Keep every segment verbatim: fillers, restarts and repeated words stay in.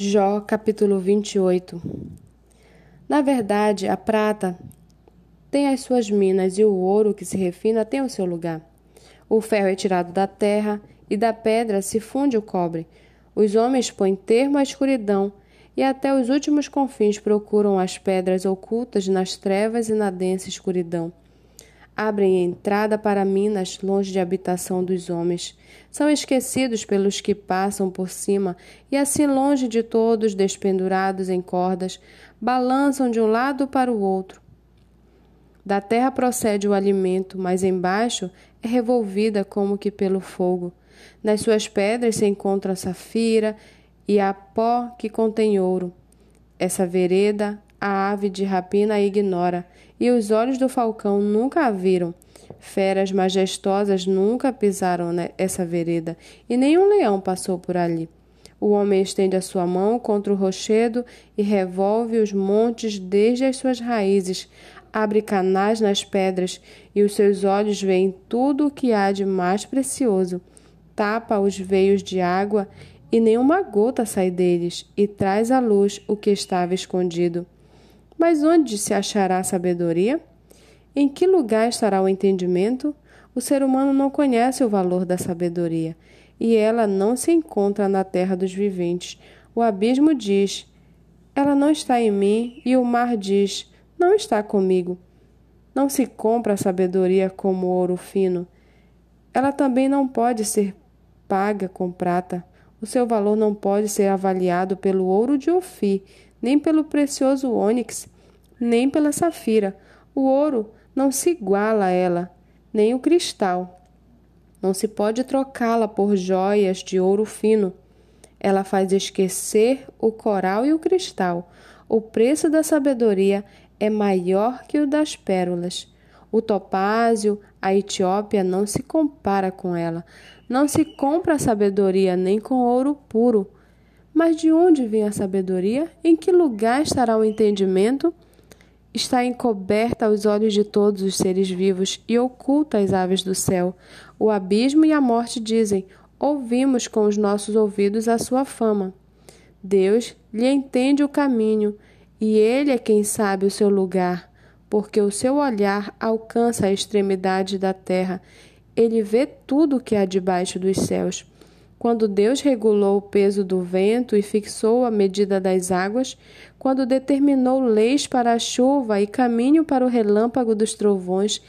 Jó, capítulo vinte e oito. Na verdade, a prata tem as suas minas e o ouro que se refina tem o seu lugar. O ferro é tirado da terra e da pedra se funde o cobre. Os homens põem termo à escuridão e até os últimos confins procuram as pedras ocultas nas trevas e na densa escuridão. Abrem entrada para minas longe de habitação dos homens. São esquecidos pelos que passam por cima e assim longe de todos, despendurados em cordas, balançam de um lado para o outro. Da terra procede o alimento, mas embaixo é revolvida como que pelo fogo. Nas suas pedras se encontra a safira e a pó que contém ouro. Essa vereda a ave de rapina a ignora, e os olhos do falcão nunca a viram. Feras majestosas nunca pisaram essa vereda, e nenhum leão passou por ali. O homem estende a sua mão contra o rochedo e revolve os montes desde as suas raízes, abre canais nas pedras, e os seus olhos veem tudo o que há de mais precioso. Tapa os veios de água, e nenhuma gota sai deles, e traz à luz o que estava escondido. Mas onde se achará a sabedoria? Em que lugar estará o entendimento? O ser humano não conhece o valor da sabedoria, e ela não se encontra na terra dos viventes. O abismo diz, ela não está em mim, e o mar diz, não está comigo. Não se compra a sabedoria como ouro fino. Ela também não pode ser paga com prata. O seu valor não pode ser avaliado pelo ouro de Ofir, nem pelo precioso ônix, nem pela safira. O ouro não se iguala a ela, nem o cristal. Não se pode trocá-la por joias de ouro fino. Ela faz esquecer o coral e o cristal. O preço da sabedoria é maior que o das pérolas. O topázio, a Etiópia não se compara com ela. Não se compra a sabedoria nem com ouro puro. Mas de onde vem a sabedoria? Em que lugar estará o entendimento? Está encoberta aos olhos de todos os seres vivos e oculta às aves do céu. O abismo e a morte dizem, ouvimos com os nossos ouvidos a sua fama. Deus lhe entende o caminho, e ele é quem sabe o seu lugar, porque o seu olhar alcança a extremidade da terra. Ele vê tudo o que há debaixo dos céus. Quando Deus regulou o peso do vento e fixou a medida das águas, quando determinou leis para a chuva e caminho para o relâmpago dos trovões,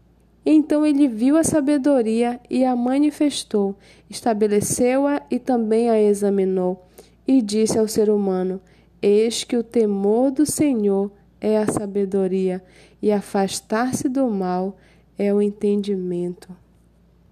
então ele viu a sabedoria e a manifestou, estabeleceu-a e também a examinou, e disse ao ser humano, eis que o temor do Senhor é a sabedoria, e afastar-se do mal é o entendimento.